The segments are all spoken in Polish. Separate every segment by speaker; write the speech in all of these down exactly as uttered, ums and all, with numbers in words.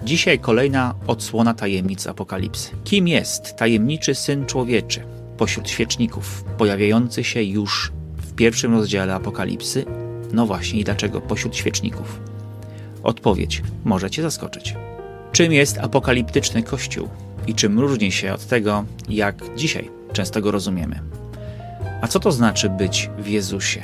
Speaker 1: Dzisiaj kolejna odsłona tajemnic Apokalipsy. Kim jest tajemniczy Syn Człowieczy pośród świeczników, pojawiający się już w pierwszym rozdziale Apokalipsy? No właśnie, i dlaczego pośród świeczników? Odpowiedź może Cię zaskoczyć. Czym jest apokaliptyczny Kościół i czym różni się od tego, jak dzisiaj często go rozumiemy? A co to znaczy być w Jezusie?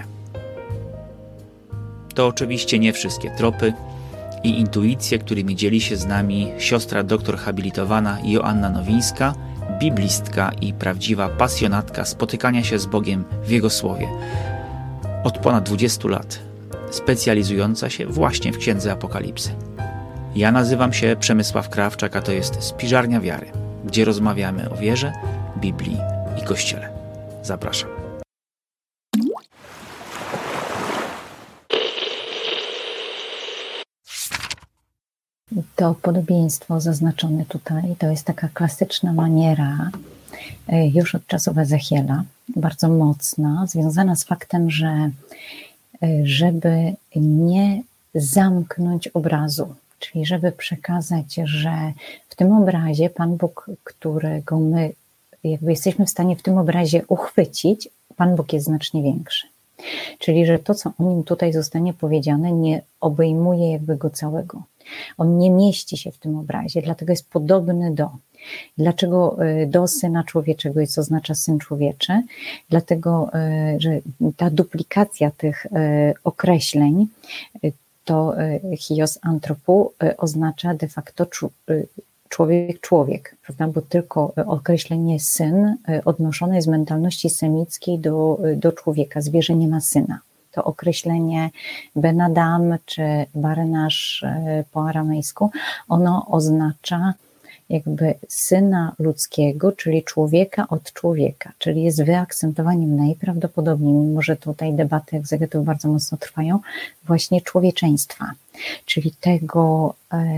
Speaker 1: To oczywiście nie wszystkie tropy i intuicje, którymi dzieli się z nami siostra doktor habilitowana Joanna Nowińska, biblistka i prawdziwa pasjonatka spotykania się z Bogiem w Jego Słowie. Od ponad dwudziestu lat, specjalizująca się właśnie w Księdze Apokalipsy. Ja nazywam się Przemysław Krawczak, a to jest Spiżarnia Wiary, gdzie rozmawiamy o wierze, Biblii i Kościele. Zapraszam.
Speaker 2: To podobieństwo zaznaczone tutaj to jest taka klasyczna maniera już od czasów Ezechiela, bardzo mocna, związana z faktem, że żeby nie zamknąć obrazu, czyli żeby przekazać, że w tym obrazie Pan Bóg, którego my jakby jesteśmy w stanie w tym obrazie uchwycić, Pan Bóg jest znacznie większy. Czyli, że to, co o nim tutaj zostanie powiedziane, nie obejmuje jakby go całego. On nie mieści się w tym obrazie, dlatego jest podobny do. Dlaczego do Syna Człowieczego, co oznacza Syn Człowieczy? Dlatego, że ta duplikacja tych określeń, to hios antropu oznacza de facto człowiek, człowiek, prawda? Bo tylko określenie syn odnoszone jest z mentalności semickiej do, do człowieka. Zwierzę nie ma syna. To określenie Ben Adam czy Barenasz po aramejsku, ono oznacza jakby syna ludzkiego, czyli człowieka od człowieka, czyli jest wyakcentowaniem najprawdopodobniej, mimo że tutaj debaty egzegetów bardzo mocno trwają, właśnie człowieczeństwa, czyli tego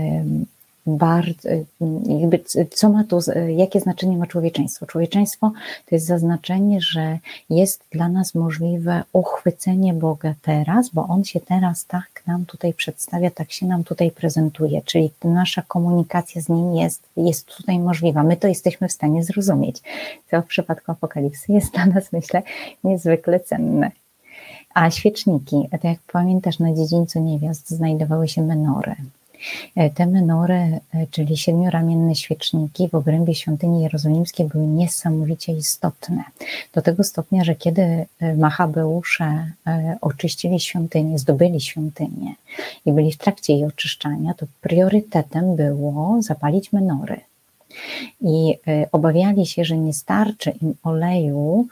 Speaker 2: bardzo, jakby co ma tu, jakie znaczenie ma człowieczeństwo? Człowieczeństwo to jest zaznaczenie, że jest dla nas możliwe uchwycenie Boga teraz, bo On się teraz tak nam tutaj przedstawia, tak się nam tutaj prezentuje, czyli nasza komunikacja z Nim jest, jest tutaj możliwa. My to jesteśmy w stanie zrozumieć, co w przypadku Apokalipsy jest dla nas, myślę, niezwykle cenne. A świeczniki, to jak pamiętasz, na dziedzińcu niewiast znajdowały się menory. Te menory, czyli siedmioramienne świeczniki w obrębie świątyni jerozolimskiej były niesamowicie istotne. Do tego stopnia, że kiedy Machabeusze oczyścili świątynię, zdobyli świątynię i byli w trakcie jej oczyszczania, to priorytetem było zapalić menory. I obawiali się, że nie starczy im oleju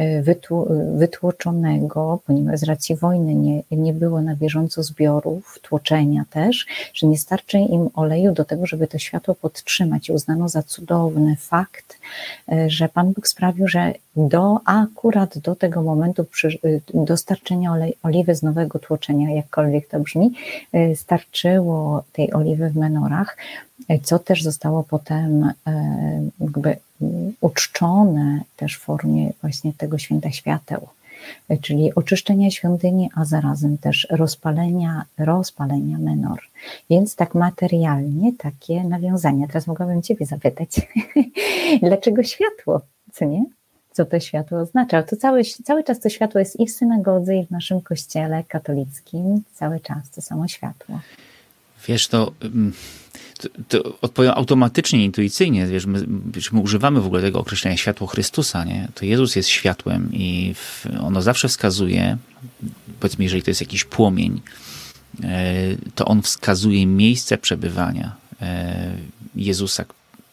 Speaker 2: wytłoczonego, ponieważ z racji wojny nie, nie było na bieżąco zbiorów, tłoczenia też, że nie starczy im oleju do tego, żeby to światło podtrzymać. I uznano za cudowny fakt, że Pan Bóg sprawił, że do, akurat do tego momentu przy, dostarczenia olej, oliwy z nowego tłoczenia, jakkolwiek to brzmi, starczyło tej oliwy w menorach, co też zostało potem jakby uczczone też w formie właśnie tego święta świateł, czyli oczyszczenia świątyni, a zarazem też rozpalenia, rozpalenia menor. Więc tak materialnie takie nawiązania. Teraz mogłabym Ciebie zapytać, dlaczego światło, co nie? Co to światło oznacza? To cały, cały czas to światło jest i w synagodze, i w naszym kościele katolickim. Cały czas to samo światło.
Speaker 1: Wiesz, to, to, to odpowiem automatycznie, intuicyjnie. Wiesz, my, wiesz, my używamy w ogóle tego określenia światło Chrystusa, nie? To Jezus jest światłem i w, ono zawsze wskazuje, powiedzmy, jeżeli to jest jakiś płomień, to on wskazuje miejsce przebywania Jezusa.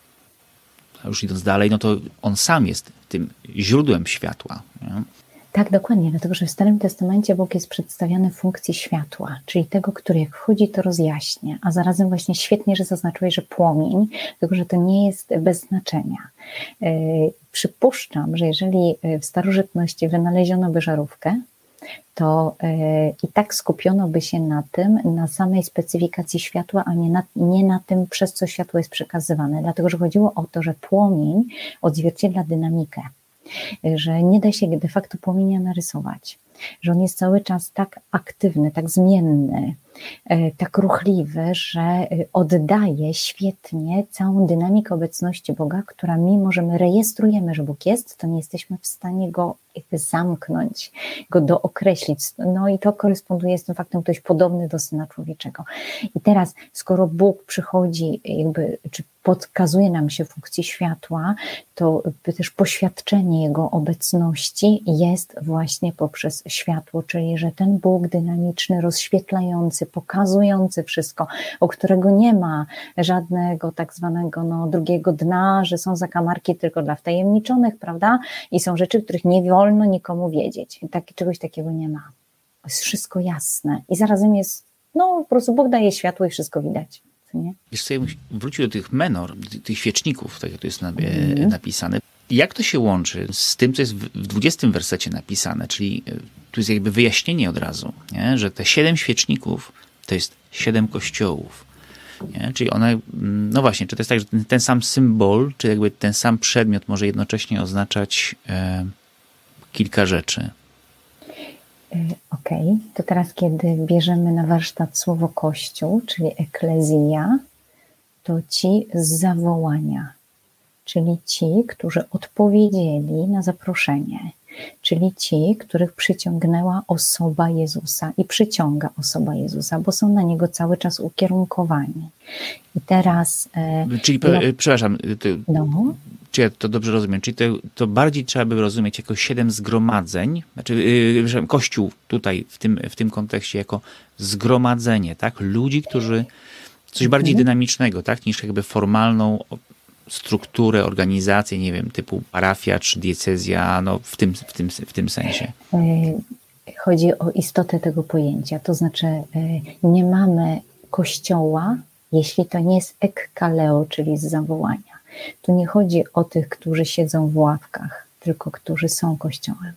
Speaker 1: A już idąc dalej, no to on sam jest tym źródłem światła. Nie?
Speaker 2: Tak, dokładnie, dlatego że w Starym Testamencie Bóg jest przedstawiany w funkcji światła, czyli tego, który jak wchodzi, to rozjaśnia, a zarazem właśnie świetnie, że zaznaczyłeś, że płomień, tylko że to nie jest bez znaczenia. Yy, przypuszczam, że jeżeli w starożytności wynaleziono by żarówkę, to yy, i tak skupiono by się na tym, na samej specyfikacji światła, a nie na, nie na tym, przez co światło jest przekazywane, dlatego że chodziło o to, że płomień odzwierciedla dynamikę, że nie da się de facto płomienia narysować. że on jest cały czas tak aktywny, tak zmienny, tak ruchliwy, że oddaje świetnie całą dynamikę obecności Boga, która mimo, że my rejestrujemy, że Bóg jest, to nie jesteśmy w stanie Go jakby zamknąć, Go dookreślić. No i to koresponduje z tym faktem, że jest podobny do Syna Człowieczego. I teraz, skoro Bóg przychodzi, jakby, czy podkazuje nam się funkcję światła, to też poświadczenie Jego obecności jest właśnie poprzez światło, czyli że ten Bóg dynamiczny, rozświetlający, pokazujący wszystko, u którego nie ma żadnego tak zwanego no, drugiego dna, że są zakamarki tylko dla wtajemniczonych, prawda? I są rzeczy, których nie wolno nikomu wiedzieć. Tak, czegoś takiego nie ma. Jest wszystko jasne. I zarazem jest, no po prostu Bóg daje światło i wszystko widać. Nie?
Speaker 1: Wiesz co, ja bym wrócił do tych menor, tych świeczników, tak jak to jest mm. napisane. Jak to się łączy z tym, co jest w dwudziestym wersecie napisane, czyli tu jest jakby wyjaśnienie od razu, nie? Że te siedem świeczników to jest siedem kościołów. Nie? Czyli one, no właśnie, czy to jest tak, że ten, ten sam symbol, czy jakby ten sam przedmiot może jednocześnie oznaczać e, kilka rzeczy.
Speaker 2: Okej, okay. To teraz kiedy bierzemy na warsztat słowo Kościół, czyli eklezja, to ci z zawołania, czyli ci, którzy odpowiedzieli na zaproszenie, czyli ci, których przyciągnęła osoba Jezusa i przyciąga osoba Jezusa, bo są na Niego cały czas ukierunkowani. I teraz...
Speaker 1: Czyli, ja, przepraszam, to,
Speaker 2: no.
Speaker 1: czy ja to dobrze rozumiem, czyli to, to bardziej trzeba by rozumieć jako siedem zgromadzeń, znaczy yy, Kościół tutaj w tym, w tym kontekście jako zgromadzenie, tak? Ludzi, którzy coś mhm. bardziej dynamicznego, tak? Niż jakby formalną strukturę, organizację, nie wiem, typu parafia czy diecezja, no w tym, w tym, w tym sensie.
Speaker 2: Chodzi o istotę tego pojęcia, to znaczy nie mamy Kościoła, jeśli to nie jest ekkaleo, czyli z zawołania. Tu nie chodzi o tych, którzy siedzą w ławkach, tylko którzy są Kościołem.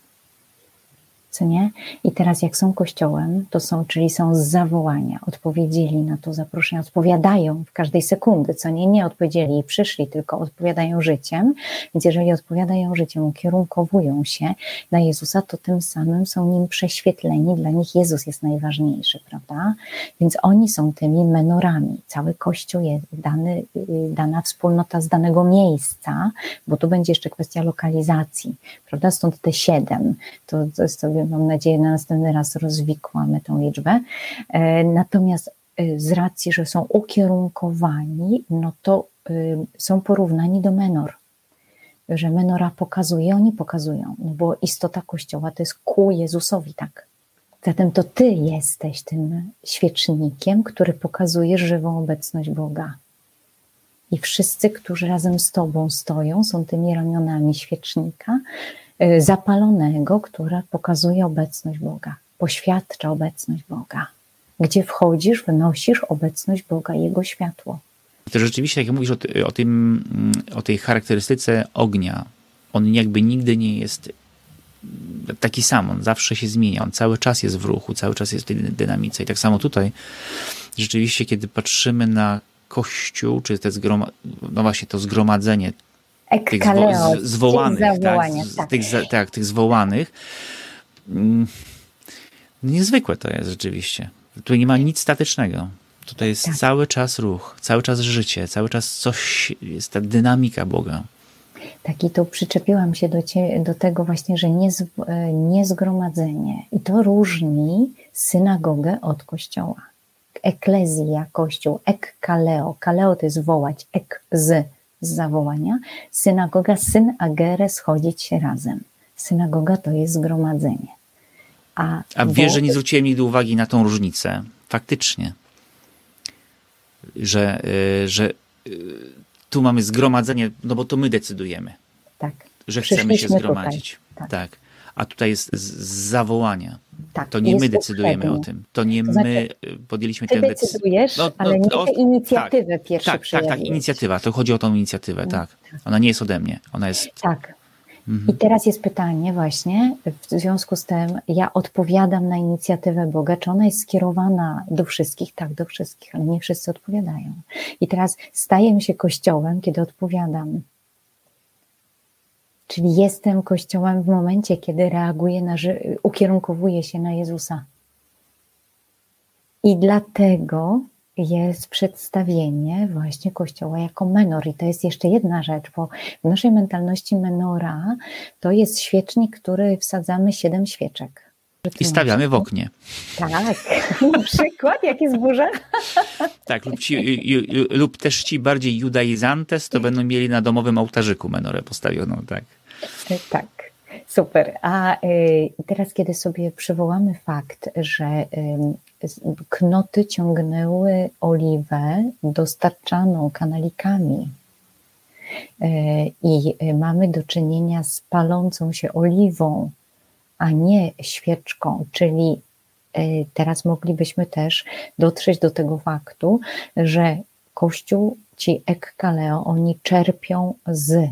Speaker 2: Co nie? I teraz jak są Kościołem, to są, czyli są z zawołania, odpowiedzieli na to zaproszenie, odpowiadają w każdej sekundy, co nie, nie odpowiedzieli i przyszli, tylko odpowiadają życiem, więc jeżeli odpowiadają życiem, ukierunkowują się na Jezusa, to tym samym są nim prześwietleni, dla nich Jezus jest najważniejszy, prawda? Więc oni są tymi menorami, cały Kościół jest dany, dana wspólnota z danego miejsca, bo tu będzie jeszcze kwestia lokalizacji, prawda? Stąd te siedem, to, to jest sobie mam nadzieję, na następny raz rozwikłamy tą liczbę. Natomiast z racji, że są ukierunkowani, no to są porównani do menor. Że menora pokazuje, oni pokazują, no bo istota Kościoła to jest ku Jezusowi, tak? Zatem to Ty jesteś tym świecznikiem, który pokazuje żywą obecność Boga. I wszyscy, którzy razem z Tobą stoją, są tymi ramionami świecznika, zapalonego, które pokazuje obecność Boga, poświadcza obecność Boga. Gdzie wchodzisz, wynosisz obecność Boga, Jego światło.
Speaker 1: To rzeczywiście, jak mówisz o, ty, o, tym, o tej charakterystyce ognia, on jakby nigdy nie jest taki sam, on zawsze się zmienia, on cały czas jest w ruchu, cały czas jest w tej dynamice. I tak samo tutaj, rzeczywiście, kiedy patrzymy na Kościół, czy te zgroma- no właśnie to zgromadzenie tych zwo- z, zwołanych, tak, tak. Tych, tak, tych zwołanych. Niezwykłe to jest rzeczywiście. Tu nie ma nic statycznego. Tutaj jest tak. cały czas ruch, cały czas życie, cały czas coś, jest ta dynamika Boga.
Speaker 2: Tak, i tu przyczepiłam się do, cie, do tego właśnie, że nie, nie zgromadzenie. I to różni synagogę od kościoła. Eklezja, kościół, ek kaleo. Kaleo to jest wołać, ek z, z zawołania. Synagoga, syn agere, schodzić się razem. Synagoga to jest zgromadzenie. A,
Speaker 1: A wiesz, wo... że nie zwróciłem nigdy uwagi na tą różnicę. Faktycznie. Że, że tu mamy zgromadzenie, no bo to my decydujemy.
Speaker 2: Tak.
Speaker 1: Że chcemy się zgromadzić. Tak. tak. A tutaj jest z, z zawołania. Tak, to nie my decydujemy uprzednio. o tym. To nie to znaczy, my podjęliśmy tę decyzję.
Speaker 2: Ty decydujesz, no, no, ale nie no, tę inicjatywę tak, pierwszy
Speaker 1: Tak, tak, tak, inicjatywa. To chodzi o tą inicjatywę, tak. Ona nie jest ode mnie. Ona jest...
Speaker 2: Tak. Mhm. I teraz jest pytanie właśnie, w związku z tym ja odpowiadam na inicjatywę Boga, czy ona jest skierowana do wszystkich? Tak, do wszystkich, ale nie wszyscy odpowiadają. I teraz staję się Kościołem, kiedy odpowiadam. Czyli jestem Kościołem w momencie, kiedy reaguję, na, ukierunkowuję się na Jezusa. I dlatego jest przedstawienie właśnie Kościoła jako menor. I to jest jeszcze jedna rzecz, bo w naszej mentalności menora to jest świecznik, który wsadzamy siedem świeczek.
Speaker 1: I stawiamy w oknie.
Speaker 2: Tak, na przykład, jak jest burza.
Speaker 1: Tak, lub, ci, lub też ci bardziej judaizantes, to będą mieli na domowym ołtarzyku menorę postawioną, tak.
Speaker 2: Tak, super. A teraz, kiedy sobie przywołamy fakt, że knoty ciągnęły oliwę dostarczaną kanalikami i mamy do czynienia z palącą się oliwą, a nie świeczką, czyli teraz moglibyśmy też dotrzeć do tego faktu, że Kościół, ci ekkaleo, oni czerpią z.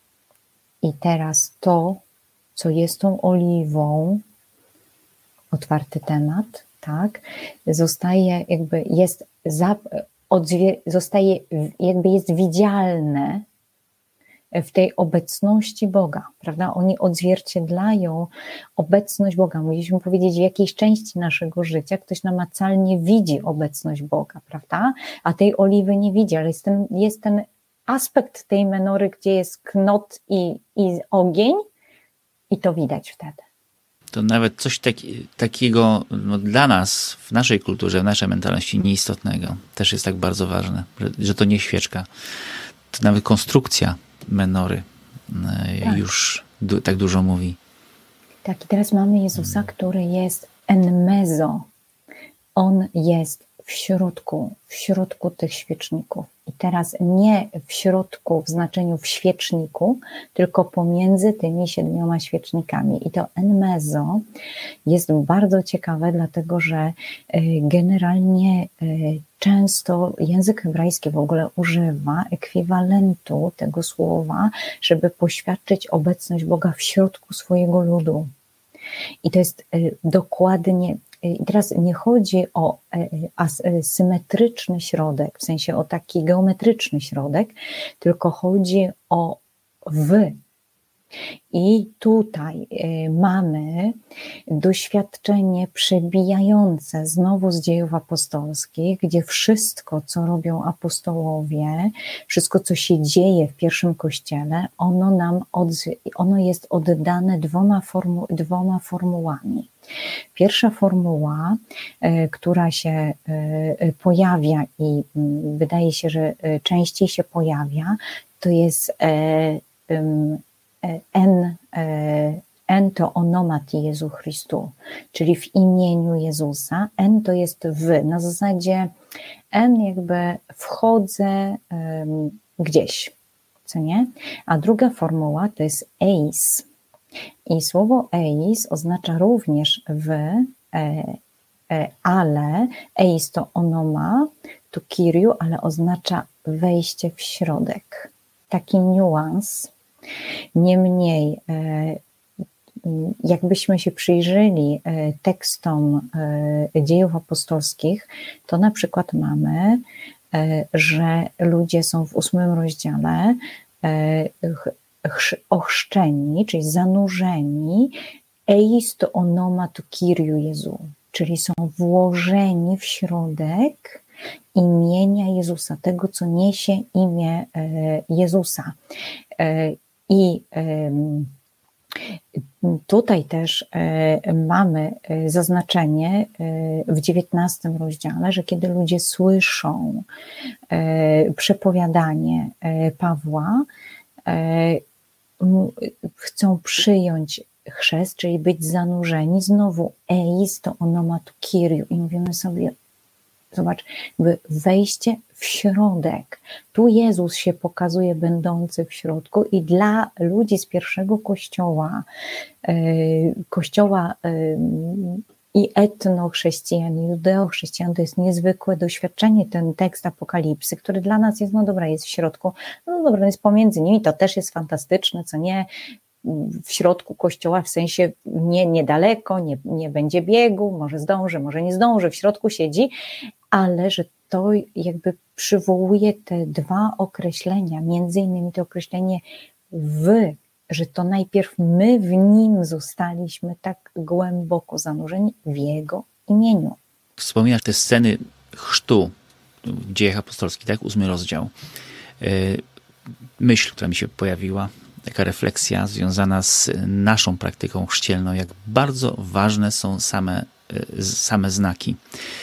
Speaker 2: I teraz to, co jest tą oliwą, otwarty temat, tak, zostaje jakby, jest, za, odzwier- zostaje jakby jest widzialne w tej obecności Boga, prawda? Oni odzwierciedlają obecność Boga. Mogliśmy powiedzieć, w jakiejś części naszego życia ktoś namacalnie widzi obecność Boga, prawda? A tej oliwy nie widzi, ale jest ten, jest ten aspekt tej menory, gdzie jest knot i, i ogień i to widać wtedy.
Speaker 1: To nawet coś taki, takiego no, dla nas, w naszej kulturze, w naszej mentalności nieistotnego też jest tak bardzo ważne, że, że to nie świeczka. To nawet konstrukcja menory tak. już du, tak dużo mówi.
Speaker 2: Tak, i teraz mamy Jezusa, hmm. który jest en mezo. On jest w środku, w środku tych świeczników. I teraz nie w środku w znaczeniu w świeczniku, tylko pomiędzy tymi siedmioma świecznikami. I to en mezo jest bardzo ciekawe, dlatego że generalnie często język hebrajski w ogóle używa ekwiwalentu tego słowa, żeby poświadczyć obecność Boga w środku swojego ludu. I to jest dokładnie. I teraz nie chodzi o asymetryczny środek, w sensie o taki geometryczny środek, tylko chodzi o w. I tutaj mamy doświadczenie przebijające znowu z dziejów apostolskich, gdzie wszystko, co robią apostołowie, wszystko, co się dzieje w pierwszym kościele, ono nam od, ono jest oddane dwoma, formu, dwoma formułami. Pierwsza formuła, która się pojawia i wydaje się, że częściej się pojawia, to jest en, en to onomati Jezu Chrystu, czyli w imieniu Jezusa. En to jest w, na zasadzie en jakby wchodzę gdzieś, co nie? A druga formuła to jest eis. I słowo eis oznacza również w, e, e, ale eis to onoma, to kiriu, ale oznacza wejście w środek. Taki niuans. Niemniej, e, jakbyśmy się przyjrzeli e, tekstom e, dziejów apostolskich, to na przykład mamy, e, że ludzie są w ósmym rozdziale e, ochrzczeni, czyli zanurzeni, eis to onoma to kiriu Jezu, czyli są włożeni w środek imienia Jezusa, tego, co niesie imię Jezusa. I tutaj też mamy zaznaczenie w dziewiętnastym rozdziale, że kiedy ludzie słyszą przepowiadanie Pawła, chcą przyjąć chrzest, czyli być zanurzeni, znowu eis to onoma to kiriu i mówimy sobie, zobacz, jakby wejście w środek. Tu Jezus się pokazuje będący w środku i dla ludzi z pierwszego kościoła, kościoła i etnochrześcijan, i judeochrześcijan, to jest niezwykłe doświadczenie, ten tekst Apokalipsy, który dla nas jest, no dobra, jest w środku, no dobra, jest pomiędzy nimi, to też jest fantastyczne, co nie, w środku kościoła, w sensie nie niedaleko, nie, nie będzie biegu, może zdąży, może nie zdąży, w środku siedzi, ale że to jakby przywołuje te dwa określenia, między innymi to określenie w że to najpierw my w Nim zostaliśmy tak głęboko zanurzeni w Jego imieniu.
Speaker 1: Wspominasz te sceny chrztu w Dziejach Apostolskich, tak? Ósmy rozdział. Myśl, która mi się pojawiła, taka refleksja związana z naszą praktyką chrzcielną, jak bardzo ważne są same, same znaki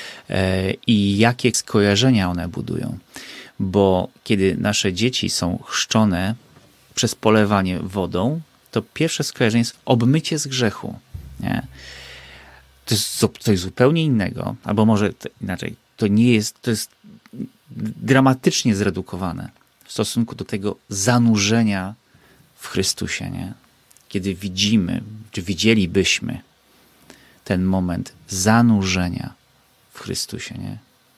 Speaker 1: i jakie skojarzenia one budują. Bo kiedy nasze dzieci są chrzczone przez polewanie wodą, to pierwsze skojarzenie jest obmycie z grzechu. Nie? To jest coś zupełnie innego, albo może inaczej, to nie jest, to jest dramatycznie zredukowane w stosunku do tego zanurzenia w Chrystusie, nie? Kiedy widzimy, czy widzielibyśmy ten moment zanurzenia w Chrystusie, nie?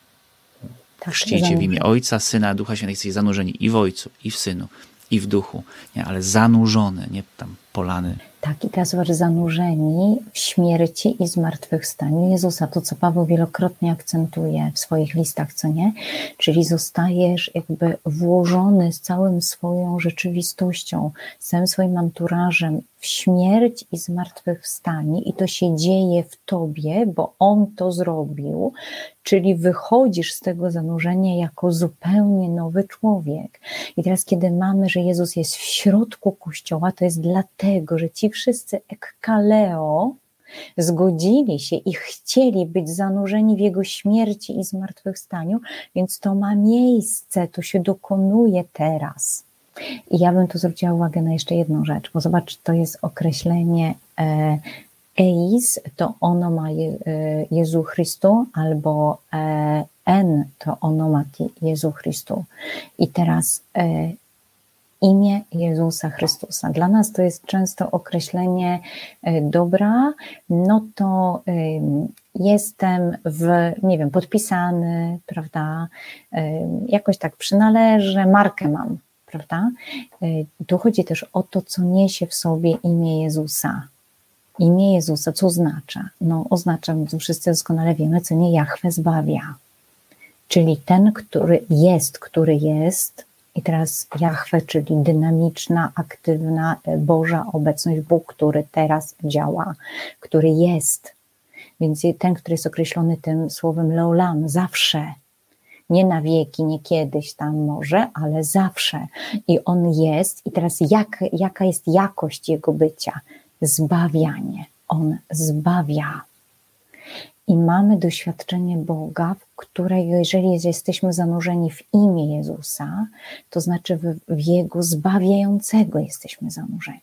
Speaker 2: Tak,
Speaker 1: Chrzcicie w imię Ojca, Syna, Ducha Świętego, jesteście zanurzeni i w Ojcu, i w Synu, i w Duchu, nie? Ale zanurzony, nie tam polany.
Speaker 2: Tak, i teraz zobacz, zanurzeni w śmierci i zmartwychwstaniu Jezusa, to co Paweł wielokrotnie akcentuje w swoich listach, co nie? Czyli zostajesz jakby włożony z całą swoją rzeczywistością, z całym swoim anturażem w śmierć i zmartwychwstanie i to się dzieje w tobie, bo On to zrobił, czyli wychodzisz z tego zanurzenia jako zupełnie nowy człowiek. I teraz kiedy mamy, że Jezus jest w środku Kościoła, to jest dlatego, że ci wszyscy ekkaleo zgodzili się i chcieli być zanurzeni w Jego śmierci i zmartwychwstaniu, więc to ma miejsce, to się dokonuje teraz. I ja bym tu zwróciła uwagę na jeszcze jedną rzecz, bo zobacz, to jest określenie e, eis, to onoma Je, e, Jezu Chrystu, albo e, en, to onomati Jezu Chrystu. I teraz e, imię Jezusa Chrystusa. Dla nas to jest często określenie dobra, no to jestem w, nie wiem, podpisany, prawda, jakoś tak przynależę, markę mam, prawda. Tu chodzi też o to, co niesie w sobie imię Jezusa. Imię Jezusa, co oznacza? No oznacza, co wszyscy doskonale wiemy, co nie Jahwe zbawia. Czyli ten, który jest, który jest. I teraz Jahwe, czyli dynamiczna, aktywna Boża obecność, Bóg, który teraz działa, który jest. Więc ten, który jest określony tym słowem leolam, zawsze. Nie na wieki, nie kiedyś tam może, ale zawsze. I On jest. I teraz jak, jaka jest jakość Jego bycia? Zbawianie. On zbawia. I mamy doświadczenie Boga, w której jeżeli jesteśmy zanurzeni w imię Jezusa, to znaczy w, w Jego zbawiającego jesteśmy zanurzeni.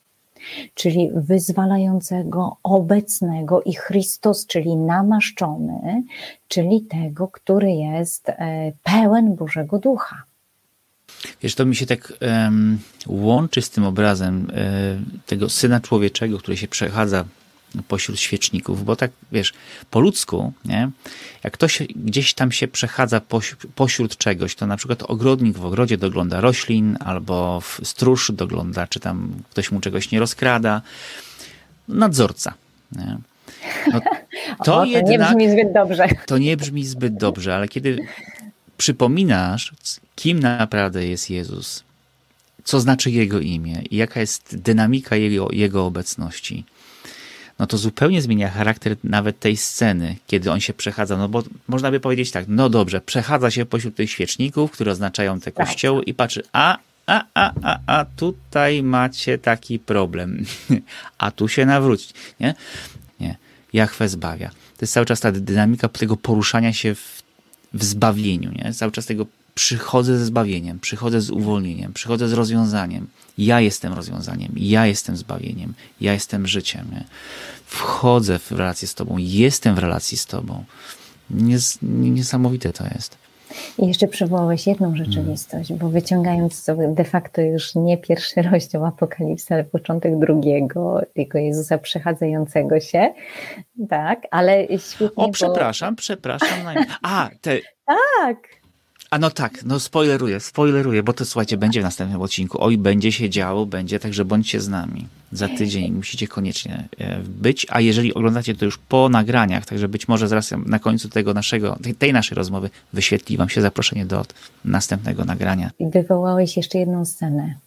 Speaker 2: Czyli wyzwalającego, obecnego i Chrystus, czyli namaszczony, czyli tego, który jest e, pełen Bożego Ducha.
Speaker 1: Wiesz, to mi się tak um, łączy z tym obrazem e, tego Syna Człowieczego, który się przechadza pośród świeczników, bo tak, wiesz, po ludzku, nie? Jak ktoś gdzieś tam się przechadza pośród czegoś, to na przykład ogrodnik w ogrodzie dogląda roślin, albo stróż dogląda, czy tam ktoś mu czegoś nie rozkrada. Nadzorca. Nie? No, to,
Speaker 2: o, to
Speaker 1: jednak,
Speaker 2: nie brzmi zbyt dobrze.
Speaker 1: To nie brzmi zbyt dobrze, ale kiedy przypominasz, kim naprawdę jest Jezus, co znaczy Jego imię i jaka jest dynamika Jego, Jego obecności, no to zupełnie zmienia charakter nawet tej sceny, kiedy on się przechadza. No bo można by powiedzieć tak, no dobrze, przechadza się pośród tych świeczników, które oznaczają te kościoły i patrzy, a, a, a, a, a tutaj macie taki problem. A tu się nawrócić. Nie? Nie. Jahwe zbawia. To jest cały czas ta dynamika tego poruszania się w, w zbawieniu. Nie? Cały czas tego przychodzę ze zbawieniem, przychodzę z uwolnieniem, przychodzę z rozwiązaniem. Ja jestem rozwiązaniem, ja jestem zbawieniem, ja jestem życiem. Nie? Wchodzę w relację z Tobą, jestem w relacji z Tobą. Nies, niesamowite to jest.
Speaker 2: I jeszcze przywołałeś jedną rzeczywistość, hmm. bo wyciągając sobie de facto już nie pierwszy rozdział Apokalipsy, ale początek drugiego, tego Jezusa przechadzającego się, tak, ale świetnie.
Speaker 1: O, przepraszam, bo... przepraszam. A, te...
Speaker 2: Tak.
Speaker 1: A no tak, no spoileruję, spoileruję, bo to słuchajcie, będzie w następnym odcinku. Oj, będzie się działo, będzie, także bądźcie z nami. Za tydzień musicie koniecznie być, a jeżeli oglądacie to już po nagraniach, także być może zaraz na końcu tego naszego, tej naszej rozmowy wyświetli wam się zaproszenie do następnego nagrania.
Speaker 2: I wywołałeś jeszcze jedną scenę.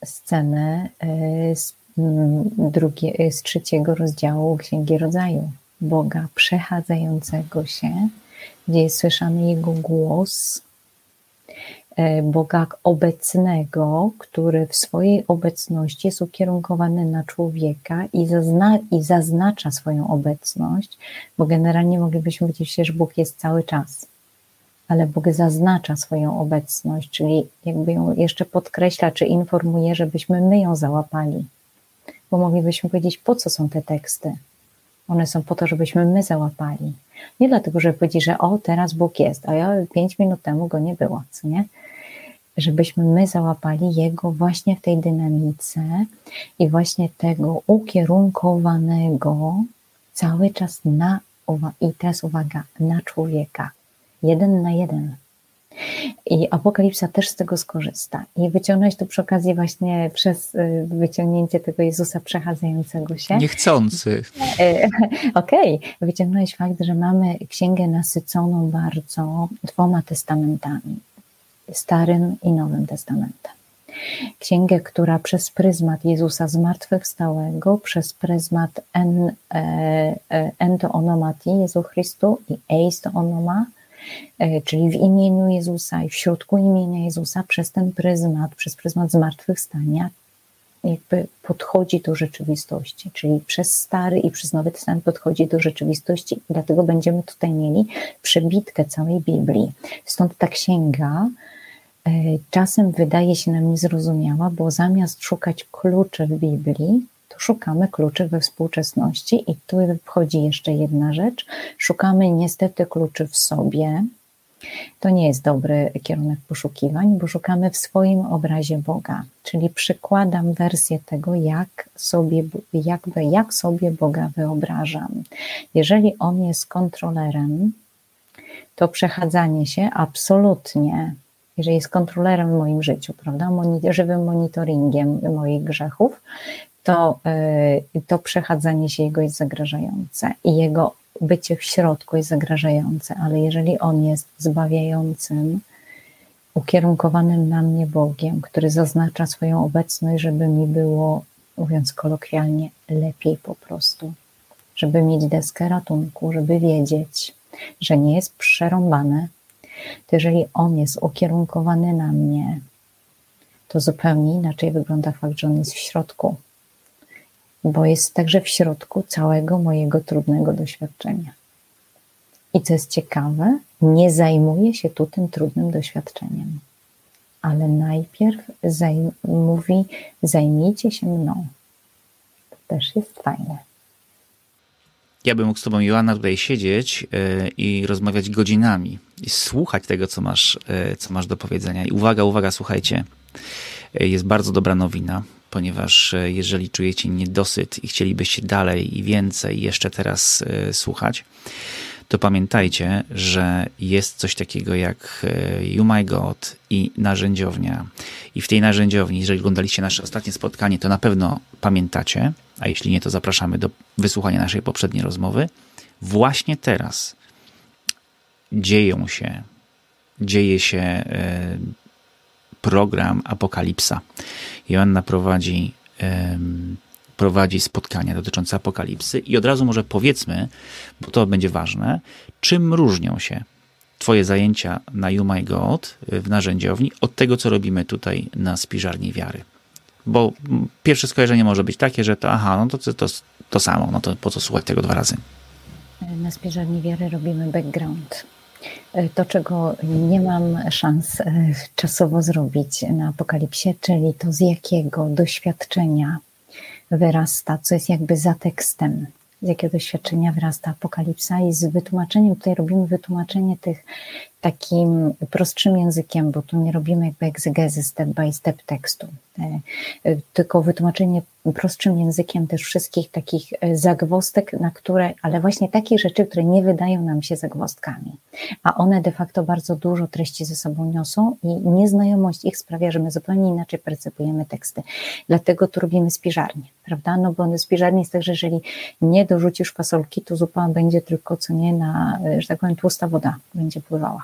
Speaker 2: scenę z, drugie, z trzeciego rozdziału Księgi Rodzaju. Boga przechadzającego się, gdzie jest słyszany Jego głos, Boga obecnego, który w swojej obecności jest ukierunkowany na człowieka i, zazna, i zaznacza swoją obecność, bo generalnie moglibyśmy powiedzieć, że Bóg jest cały czas, ale Bóg zaznacza swoją obecność, czyli jakby ją jeszcze podkreśla, czy informuje, żebyśmy my ją załapali, bo moglibyśmy powiedzieć, po co są te teksty? One są po to, żebyśmy my załapali. Nie dlatego, żeby powiedzieć, że o, teraz Bóg jest, a ja pięć minut temu go nie było, co nie? Żebyśmy my załapali Jego właśnie w tej dynamice i właśnie tego ukierunkowanego cały czas na, i teraz uwaga, na człowieka. Jeden na jeden. I Apokalipsa też z tego skorzysta. I wyciągnąć to przy okazji właśnie przez wyciągnięcie tego Jezusa przechadzającego się.
Speaker 1: Niechcący.
Speaker 2: Okej, okay. Wyciągnąłeś fakt, że mamy księgę nasyconą bardzo dwoma testamentami. Starym i Nowym Testamentem. Księgę, która przez pryzmat Jezusa zmartwychwstałego, przez pryzmat en, e, en to onomati Jezu Chrystu i eis to onoma, e, czyli w imieniu Jezusa i w środku imienia Jezusa, przez ten pryzmat, przez pryzmat zmartwychwstania jakby podchodzi do rzeczywistości, czyli przez Stary i przez Nowy Testament podchodzi do rzeczywistości, dlatego będziemy tutaj mieli przebitkę całej Biblii. Stąd ta księga czasem wydaje się nam niezrozumiała, bo zamiast szukać kluczy w Biblii, to szukamy kluczy we współczesności i tu wchodzi jeszcze jedna rzecz. Szukamy niestety kluczy w sobie. To nie jest dobry kierunek poszukiwań, bo szukamy w swoim obrazie Boga, czyli przykładam wersję tego, jak sobie, jakby, jak sobie Boga wyobrażam. Jeżeli On jest kontrolerem, to przechadzanie się absolutnie, jeżeli jest kontrolerem w moim życiu, prawda, żywym monitoringiem moich grzechów, to, to przechadzanie się Jego jest zagrażające i Jego bycie w środku jest zagrażające, ale jeżeli On jest zbawiającym, ukierunkowanym na mnie Bogiem, który zaznacza swoją obecność, żeby mi było, mówiąc kolokwialnie, lepiej po prostu, żeby mieć deskę ratunku, żeby wiedzieć, że nie jest przerąbane, to jeżeli On jest ukierunkowany na mnie, to zupełnie inaczej wygląda fakt, że On jest w środku, bo jest także w środku całego mojego trudnego doświadczenia. I co jest ciekawe, nie zajmuje się tu tym trudnym doświadczeniem, ale najpierw zajm- mówi, zajmijcie się mną. To też jest fajne.
Speaker 1: Ja bym mógł z tobą, Joanna, tutaj siedzieć yy, i rozmawiać godzinami i słuchać tego, co masz, yy, co masz do powiedzenia. I uwaga, uwaga, słuchajcie, yy, jest bardzo dobra nowina, ponieważ yy, jeżeli czujecie niedosyt i chcielibyście dalej i więcej jeszcze teraz yy, słuchać, to pamiętajcie, że jest coś takiego jak You My God i narzędziownia. I w tej narzędziowni, jeżeli oglądaliście nasze ostatnie spotkanie, to na pewno pamiętacie, a jeśli nie, to zapraszamy do wysłuchania naszej poprzedniej rozmowy. Właśnie teraz dzieją się, dzieje się program Apokalipsa. Joanna prowadzi prowadzi spotkania dotyczące apokalipsy i od razu może powiedzmy, bo to będzie ważne, czym różnią się twoje zajęcia na You My God w narzędziowni od tego, co robimy tutaj na Spiżarni Wiary. Bo pierwsze skojarzenie może być takie, że to aha, no to, to, to samo, no to po co słuchać tego dwa razy?
Speaker 2: Na Spiżarni Wiary robimy background. To, czego nie mam szans czasowo zrobić na Apokalipsie, czyli to, z jakiego doświadczenia wyrasta, co jest jakby za tekstem, z jakiego doświadczenia wyrasta Apokalipsa i z wytłumaczeniem, tutaj robimy wytłumaczenie tych takim prostszym językiem, bo tu nie robimy jakby egzegezy step by step tekstu, tylko wytłumaczenie prostszym językiem też wszystkich takich zagwozdek, na które, ale właśnie takich rzeczy, które nie wydają nam się zagwozdkami, a one de facto bardzo dużo treści ze sobą niosą i nieznajomość ich sprawia, że my zupełnie inaczej percepujemy teksty. Dlatego tu robimy spiżarnię, prawda? No bo spiżarnia jest tak, że jeżeli nie dorzucisz fasolki, to zupa będzie tylko, co nie, na, że tak powiem, tłusta woda będzie pływała.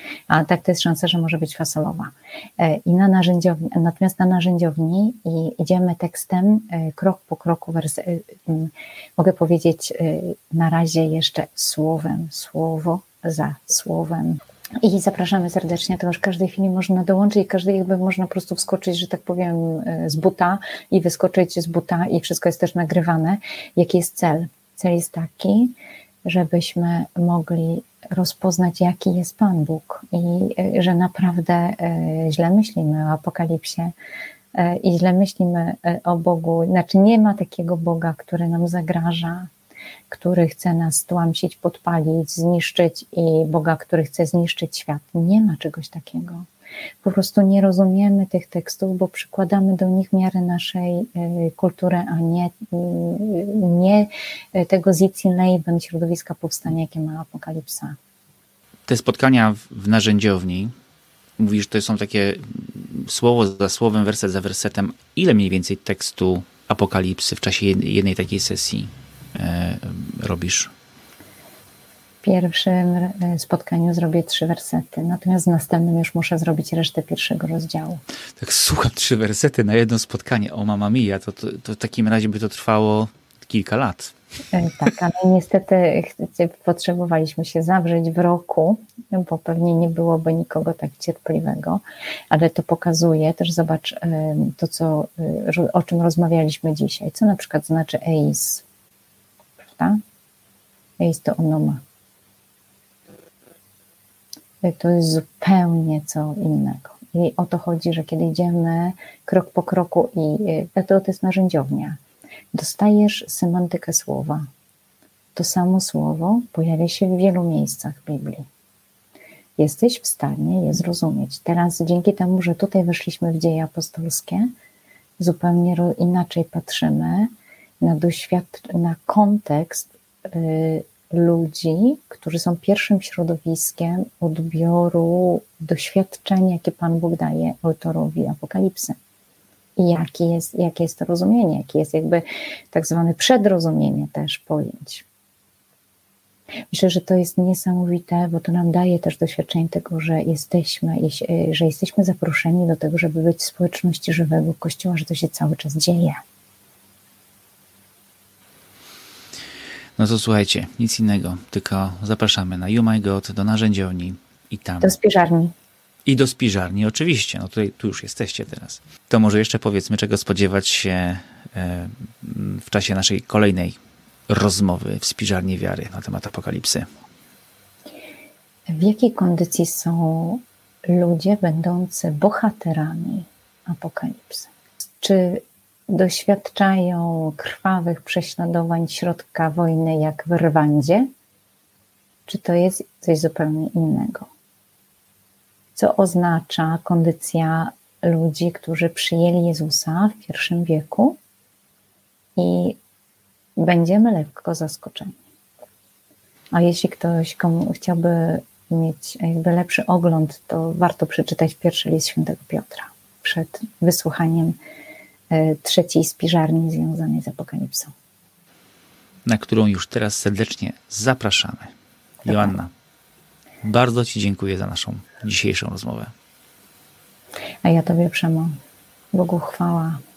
Speaker 2: A tak to jest szansa, że może być fasolowa. I na narzędziowni, natomiast na narzędziowni i idziemy tekstem krok po kroku, wers- mogę powiedzieć na razie jeszcze słowem, słowo za słowem. I zapraszamy serdecznie, to już w każdej chwili można dołączyć i każdej jakby można po prostu wskoczyć, że tak powiem, z buta i wyskoczyć z buta i wszystko jest też nagrywane. Jaki jest cel? Cel jest taki, żebyśmy mogli rozpoznać, jaki jest Pan Bóg i że naprawdę źle myślimy o apokalipsie i źle myślimy o Bogu. Znaczy nie ma takiego Boga, który nam zagraża, który chce nas tłamsić, podpalić, zniszczyć i Boga, który chce zniszczyć świat. Nie ma czegoś takiego. Po prostu nie rozumiemy tych tekstów, bo przykładamy do nich miarę naszej kultury, a nie, nie tego Zitzinleben, środowiska powstania, jakie ma Apokalipsa.
Speaker 1: Te spotkania w narzędziowni, mówisz, to są takie słowo za słowem, werset za wersetem. Ile mniej więcej tekstu Apokalipsy w czasie jednej takiej sesji e, robisz?
Speaker 2: W pierwszym spotkaniu zrobię trzy wersety, natomiast w następnym już muszę zrobić resztę pierwszego rozdziału.
Speaker 1: Tak, słucham, trzy wersety na jedno spotkanie. O mama mia, to, to, to w takim razie by to trwało kilka lat.
Speaker 2: Tak, ale niestety potrzebowaliśmy się zawrzeć w roku, bo pewnie nie byłoby nikogo tak cierpliwego, ale to pokazuje też, zobacz to, co, o czym rozmawialiśmy dzisiaj, co na przykład znaczy eis, prawda? Eis to onoma. To jest zupełnie co innego. I o to chodzi, że kiedy idziemy krok po kroku i to, to jest narzędziownia, dostajesz semantykę słowa. To samo słowo pojawia się w wielu miejscach w Biblii. Jesteś w stanie je zrozumieć. Teraz dzięki temu, że tutaj weszliśmy w dzieje apostolskie, zupełnie inaczej patrzymy na doświad- na kontekst yy, ludzi, którzy są pierwszym środowiskiem odbioru doświadczenia, jakie Pan Bóg daje autorowi Apokalipsy. I jakie jest, jakie jest to rozumienie, jakie jest jakby tak zwane przedrozumienie też pojęć. Myślę, że to jest niesamowite, bo to nam daje też doświadczenie tego, że jesteśmy, że jesteśmy zaproszeni do tego, żeby być w społeczności żywego Kościoła, że to się cały czas dzieje.
Speaker 1: No to słuchajcie, nic innego, tylko zapraszamy na You My God, do narzędziowni i tam.
Speaker 2: Do spiżarni.
Speaker 1: I do spiżarni, oczywiście. No tutaj, tu już jesteście teraz. To może jeszcze powiedzmy, czego spodziewać się w czasie naszej kolejnej rozmowy w spiżarni wiary na temat Apokalipsy.
Speaker 2: W jakiej kondycji są ludzie będący bohaterami Apokalipsy? Czy doświadczają krwawych prześladowań środka wojny jak w Rwandzie? Czy to jest coś zupełnie innego? Co oznacza kondycja ludzi, którzy przyjęli Jezusa w pierwszym wieku i będziemy lekko zaskoczeni. A jeśli ktoś komu chciałby mieć jakby lepszy ogląd, to warto przeczytać pierwszy list świętego Piotra przed wysłuchaniem trzeciej spiżarni związanej z Apokalipsą.
Speaker 1: Na którą już teraz serdecznie zapraszamy. Dobra. Joanna, bardzo Ci dziękuję za naszą dzisiejszą rozmowę.
Speaker 2: A ja Tobie, Przemo. Bogu chwała.